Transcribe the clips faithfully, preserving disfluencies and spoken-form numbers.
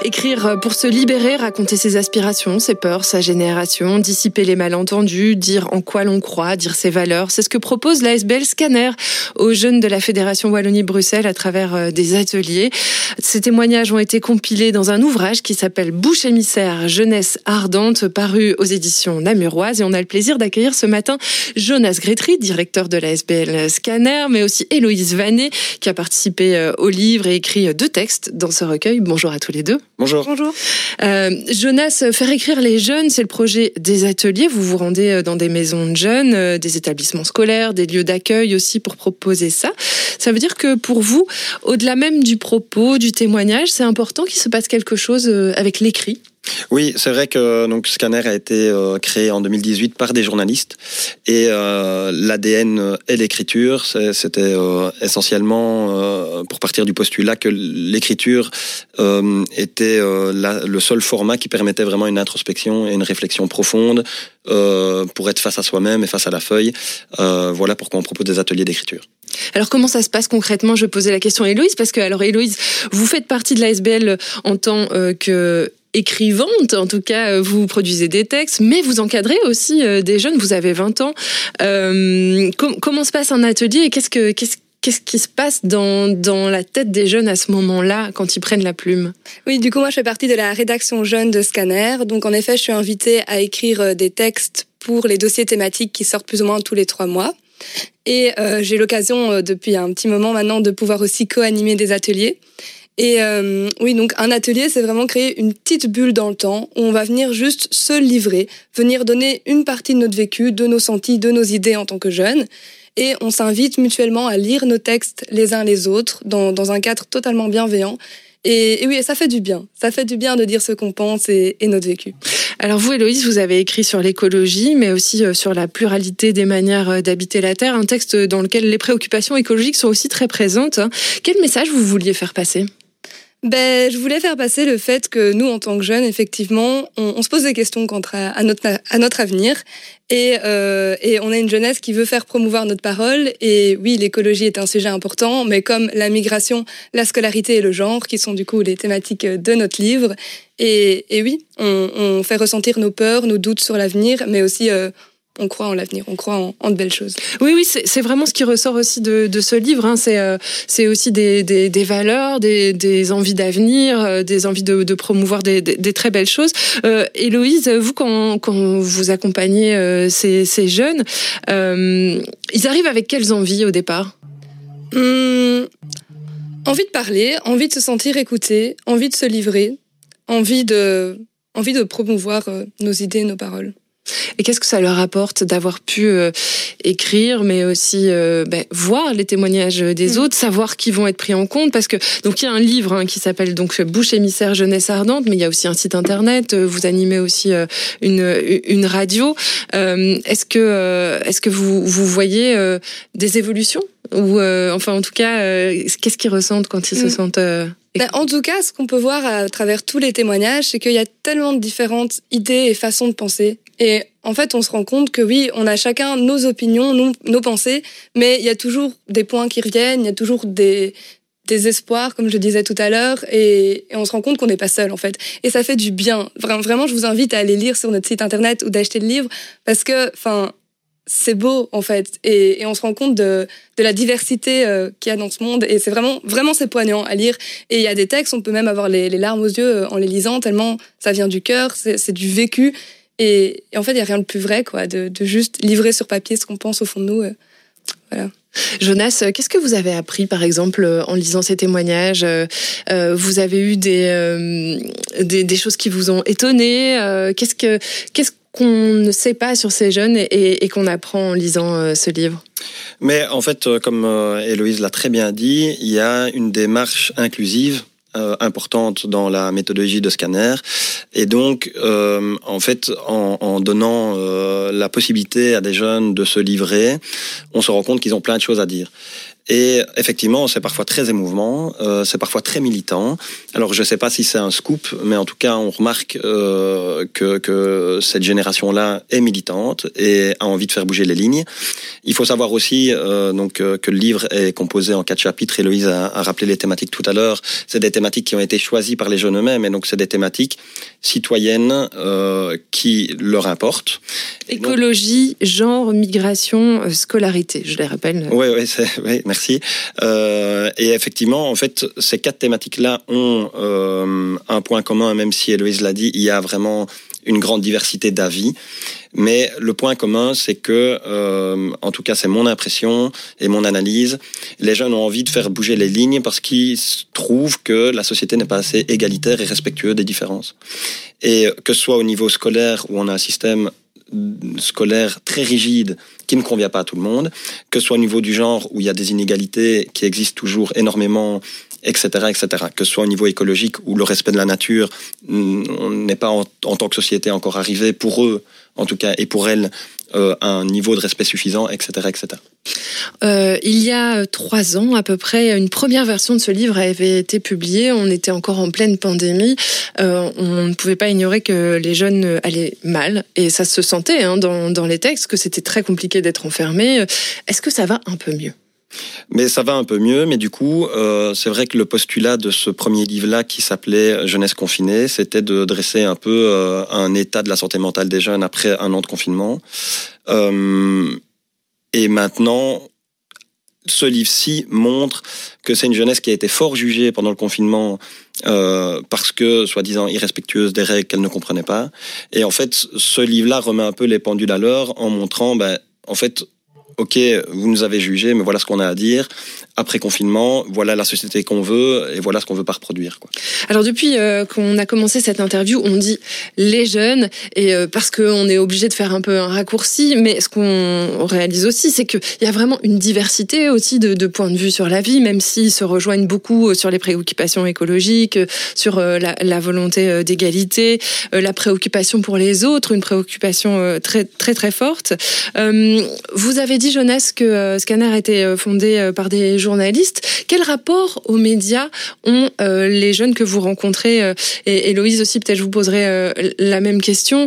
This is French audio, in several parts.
Écrire pour se libérer, raconter ses aspirations, ses peurs, sa génération, dissiper les malentendus, dire en quoi l'on croit, dire ses valeurs. C'est ce que propose l'A S B L Scanner aux jeunes de la Fédération Wallonie-Bruxelles à travers des ateliers. Ces témoignages ont été compilés dans un ouvrage qui s'appelle Bouche émissaire, jeunesse ardente, paru aux éditions Namuroise. Et on a le plaisir d'accueillir ce matin Jonas Grétry, directeur de l'A S B L Scanner, mais aussi Héloïse Vanet, qui a participé au livre et écrit deux textes dans ce recueil. Bonjour à tous les deux. Bonjour. Bonjour. Euh, Jonas, faire écrire les jeunes, c'est le projet des ateliers. Vous vous rendez dans des maisons de jeunes, des établissements scolaires, des lieux d'accueil aussi pour proposer ça. Ça veut dire que pour vous, au-delà même du propos, du témoignage, c'est important qu'il se passe quelque chose avec l'écrit. Oui, c'est vrai que donc Scanner a été euh, créé en deux mille dix-huit par des journalistes et euh, l'A D N est l'écriture. C'est, c'était euh, essentiellement euh, pour partir du postulat que l'écriture euh, était euh, la, le seul format qui permettait vraiment une introspection et une réflexion profonde euh, pour être face à soi-même et face à la feuille. Euh, voilà pourquoi on propose des ateliers d'écriture. Alors comment ça se passe concrètement ? Je posais la question à Héloïse parce que alors Héloïse, vous faites partie de l'A S B L en tant euh, que écrivante, en tout cas, vous produisez des textes, mais vous encadrez aussi des jeunes, vous avez vingt ans. Euh, com- comment se passe un atelier et qu'est-ce, que, qu'est-ce, qu'est-ce qui se passe dans, dans la tête des jeunes à ce moment-là, quand ils prennent la plume ? Oui, du coup, moi, je fais partie de la rédaction jeune de Scanner. Donc, en effet, je suis invitée à écrire des textes pour les dossiers thématiques qui sortent plus ou moins tous les trois mois. Et euh, j'ai l'occasion, euh, depuis un petit moment maintenant, de pouvoir aussi co-animer des ateliers. Et euh, oui, donc un atelier, c'est vraiment créer une petite bulle dans le temps où on va venir juste se livrer, venir donner une partie de notre vécu, de nos sentis, de nos idées en tant que jeunes. Et on s'invite mutuellement à lire nos textes les uns les autres dans, dans un cadre totalement bienveillant. Et, et oui, ça fait du bien. Ça fait du bien de dire ce qu'on pense et, et notre vécu. Alors vous, Héloïse, vous avez écrit sur l'écologie, mais aussi sur la pluralité des manières d'habiter la Terre, un texte dans lequel les préoccupations écologiques sont aussi très présentes. Quel message vous vouliez faire passer ? Ben, je voulais faire passer le fait que nous, en tant que jeunes, effectivement, on, on se pose des questions quant à, à, notre, à notre avenir. Et, euh, et on a une jeunesse qui veut faire promouvoir notre parole. Et oui, l'écologie est un sujet important, mais comme la migration, la scolarité et le genre, qui sont du coup les thématiques de notre livre. Et, et oui, on, on fait ressentir nos peurs, nos doutes sur l'avenir, mais aussi... Euh, on croit en l'avenir, on croit en, en de belles choses. Oui, oui, c'est, c'est vraiment ce qui ressort aussi de, de ce livre. Hein. C'est, euh, c'est aussi des, des, des valeurs, des, des envies d'avenir, euh, des envies de, de promouvoir des, des, des très belles choses. Euh, Héloïse, vous, quand, quand vous accompagnez euh, ces, ces jeunes, euh, ils arrivent avec quelles envies au départ ? Hum, envie de parler, envie de se sentir écouté, envie de se livrer, envie de, envie de promouvoir euh, nos idées, nos paroles. Et qu'est-ce que ça leur apporte d'avoir pu euh, écrire, mais aussi euh, ben, voir les témoignages des mmh. autres, savoir qu'ils vont être pris en compte, parce que donc il y a un livre hein, qui s'appelle donc Bouche émissaire, jeunesse ardente, mais il y a aussi un site internet. Vous animez aussi euh, une une radio. Euh, est-ce que euh, est-ce que vous vous voyez euh, des évolutions ou euh, enfin en tout cas euh, qu'est-ce qu'ils ressentent quand ils mmh. se sentent euh, Ben, en tout cas, ce qu'on peut voir à travers tous les témoignages, c'est qu'il y a tellement de différentes idées et façons de penser. Et en fait, on se rend compte que oui, on a chacun nos opinions, nos, nos pensées, mais il y a toujours des points qui reviennent, il y a toujours des, des espoirs, comme je disais tout à l'heure, et, et on se rend compte qu'on n'est pas seul, en fait. Et ça fait du bien. Vraiment, je vous invite à aller lire sur notre site internet ou d'acheter le livre, parce que, enfin, c'est beau, en fait. Et, et on se rend compte de, de la diversité euh, qu'il y a dans ce monde. Et c'est vraiment, vraiment, c'est poignant à lire. Et il y a des textes, on peut même avoir les, les larmes aux yeux en les lisant, tellement ça vient du cœur, c'est, c'est du vécu. Et, et en fait, il n'y a rien de plus vrai, quoi, de, de juste livrer sur papier ce qu'on pense au fond de nous. Euh, voilà. Jonas, qu'est-ce que vous avez appris, par exemple, en lisant ces témoignages ? euh, Vous avez eu des, euh, des, des choses qui vous ont étonné ? euh, Qu'est-ce que, qu'est-ce qu'on ne sait pas sur ces jeunes et, et qu'on apprend en lisant euh, ce livre ? Mais en fait, comme euh, Héloïse l'a très bien dit, il y a une démarche inclusive Euh, importante dans la méthodologie de Scanner, et donc euh, en fait en, en donnant euh, la possibilité à des jeunes de se livrer, on se rend compte qu'ils ont plein de choses à dire. Et effectivement, c'est parfois très émouvant, euh, c'est parfois très militant. Alors, je ne sais pas si c'est un scoop, mais en tout cas, on remarque euh, que, que cette génération-là est militante et a envie de faire bouger les lignes. Il faut savoir aussi euh, donc, euh, que le livre est composé en quatre chapitres. Héloïse a, a rappelé les thématiques tout à l'heure. C'est des thématiques qui ont été choisies par les jeunes eux-mêmes, et donc c'est des thématiques citoyennes euh, qui leur importent. Écologie, donc, genre, migration, scolarité, je les rappelle. Oui, oui, c'est, oui merci. Euh, et effectivement, en fait, ces quatre thématiques-là ont euh, un point commun, même si Héloïse l'a dit, il y a vraiment une grande diversité d'avis. Mais le point commun, c'est que, euh, en tout cas, c'est mon impression et mon analyse, les jeunes ont envie de faire bouger les lignes parce qu'ils trouvent que la société n'est pas assez égalitaire et respectueuse des différences. Et que ce soit au niveau scolaire, où on a un système scolaire très rigide qui ne convient pas à tout le monde, que ce soit au niveau du genre où il y a des inégalités qui existent toujours énormément, et cetera, et cetera. Que ce soit au niveau écologique où le respect de la nature, on n'est pas en, en tant que société encore arrivé pour eux, en tout cas, et pour elles, euh, un niveau de respect suffisant, et cetera, et cetera. Euh, il y a trois ans à peu près, une première version de ce livre avait été publiée. On était encore en pleine pandémie. Euh, on ne pouvait pas ignorer que les jeunes allaient mal, et ça se sentait hein, dans, dans les textes, que c'était très compliqué d'être enfermé. Est-ce que ça va un peu mieux ? Mais ça va un peu mieux, mais du coup, euh, c'est vrai que le postulat de ce premier livre-là, qui s'appelait « Jeunesse confinée », c'était de dresser un peu euh, un état de la santé mentale des jeunes après un an de confinement. Euh, et maintenant, ce livre-ci montre que c'est une jeunesse qui a été fort jugée pendant le confinement euh, parce que, soi-disant, irrespectueuse des règles qu'elle ne comprenait pas. Et en fait, ce livre-là remet un peu les pendules à l'heure en montrant, ben, en fait, ok, vous nous avez jugés, mais voilà ce qu'on a à dire. Après confinement, voilà la société qu'on veut et voilà ce qu'on veut pas reproduire, quoi. Alors depuis euh, qu'on a commencé cette interview, on dit les jeunes, et euh, parce qu'on est obligé de faire un peu un raccourci, mais ce qu'on réalise aussi, c'est qu'il y a vraiment une diversité aussi de, de points de vue sur la vie, même s'ils se rejoignent beaucoup sur les préoccupations écologiques, sur euh, la, la volonté d'égalité, euh, la préoccupation pour les autres, une préoccupation euh, très très très forte. Euh, vous avez dit, Jonas, que euh, Scanner a été fondé euh, par des journalistes. Quel rapport aux médias ont euh, les jeunes que vous rencontrez euh, et Héloïse aussi, peut-être je vous poserai euh, la même question.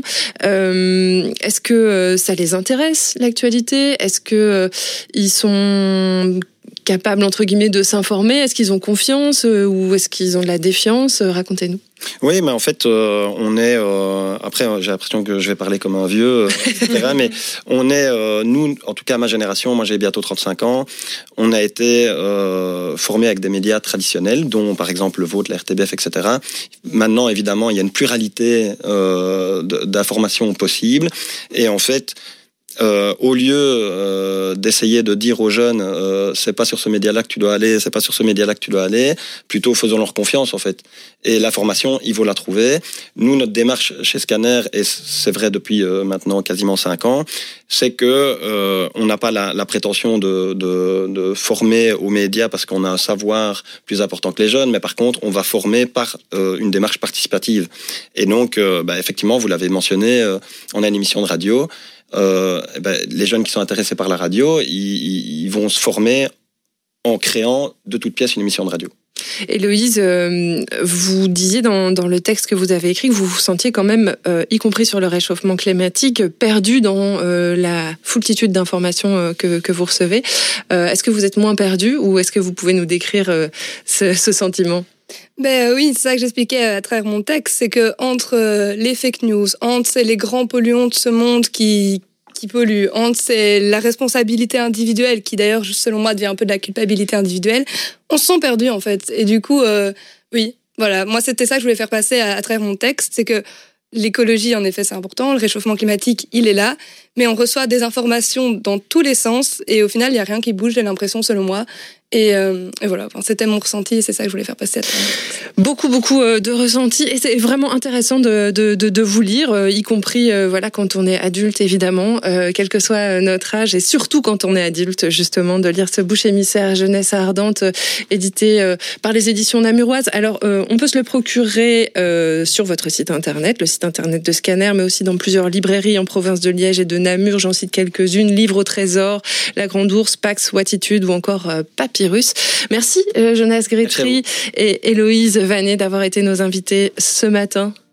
Euh, est-ce que euh, ça les intéresse, l'actualité ? Est-ce que euh, ils sont capables, entre guillemets, de s'informer ? Est-ce qu'ils ont confiance euh, ou est-ce qu'ils ont de la défiance ? Racontez-nous. Oui, mais en fait, euh, on est... Euh, après, j'ai l'impression que je vais parler comme un vieux, euh, et cetera. Mais on est, euh, nous, en tout cas ma génération, moi j'ai bientôt trente-cinq ans, on a été euh, formés avec des médias traditionnels, dont par exemple le vôtre, la R T B F, et cetera. Maintenant, évidemment, il y a une pluralité euh, d'informations possibles. Et en fait... Euh, au lieu euh, d'essayer de dire aux jeunes euh, c'est pas sur ce média-là que tu dois aller, c'est pas sur ce média-là que tu dois aller, plutôt faisons leur confiance en fait. Et l'information, il faut la trouver. Nous, notre démarche chez Scanner, et c'est vrai depuis euh, maintenant quasiment cinq ans, c'est que euh, on n'a pas la, la prétention de, de, de former aux médias parce qu'on a un savoir plus important que les jeunes, mais par contre, on va former par euh, une démarche participative. Et donc, euh, bah, effectivement, vous l'avez mentionné, euh, on a une émission de radio. Euh, eh ben, les jeunes qui sont intéressés par la radio, ils, ils vont se former en créant de toutes pièces une émission de radio. Héloïse, euh, vous disiez dans, dans le texte que vous avez écrit que vous vous sentiez quand même, euh, y compris sur le réchauffement climatique, perdu dans euh, la foultitude d'informations euh, que, que vous recevez. Euh, est-ce que vous êtes moins perdu ou est-ce que vous pouvez nous décrire euh, ce, ce sentiment ? Ben oui, c'est ça que j'expliquais à travers mon texte, c'est que entre les fake news, entre les grands polluants de ce monde qui qui polluent, entre c'est la responsabilité individuelle qui d'ailleurs selon moi devient un peu de la culpabilité individuelle, on se sent perdu en fait. Et du coup, euh, oui, voilà, moi c'était ça que je voulais faire passer à, à travers mon texte, c'est que l'écologie, en effet, c'est important. Le réchauffement climatique, il est là. Mais on reçoit des informations dans tous les sens. Et au final, il n'y a rien qui bouge, j'ai l'impression, selon moi. Et, euh, et voilà, enfin, c'était mon ressenti et c'est ça que je voulais faire passer à travers. Beaucoup, beaucoup de ressentis et c'est vraiment intéressant de, de, de, de vous lire, y compris euh, voilà, quand on est adulte, évidemment, euh, quel que soit notre âge et surtout quand on est adulte, justement, de lire ce bouc émissaire Jeunesse ardente, euh, édité euh, par les éditions namuroises. Alors, euh, on peut se le procurer euh, sur votre site internet, le site internet de Scanner, mais aussi dans plusieurs librairies en province de Liège et de Namur. J'en cite quelques-unes, Livre au trésor, La Grande Ourse, Pax, Watitude ou encore euh, Papyrus. Merci euh, Jonas Grétry et Héloïse Vanet d'avoir été nos invités ce matin.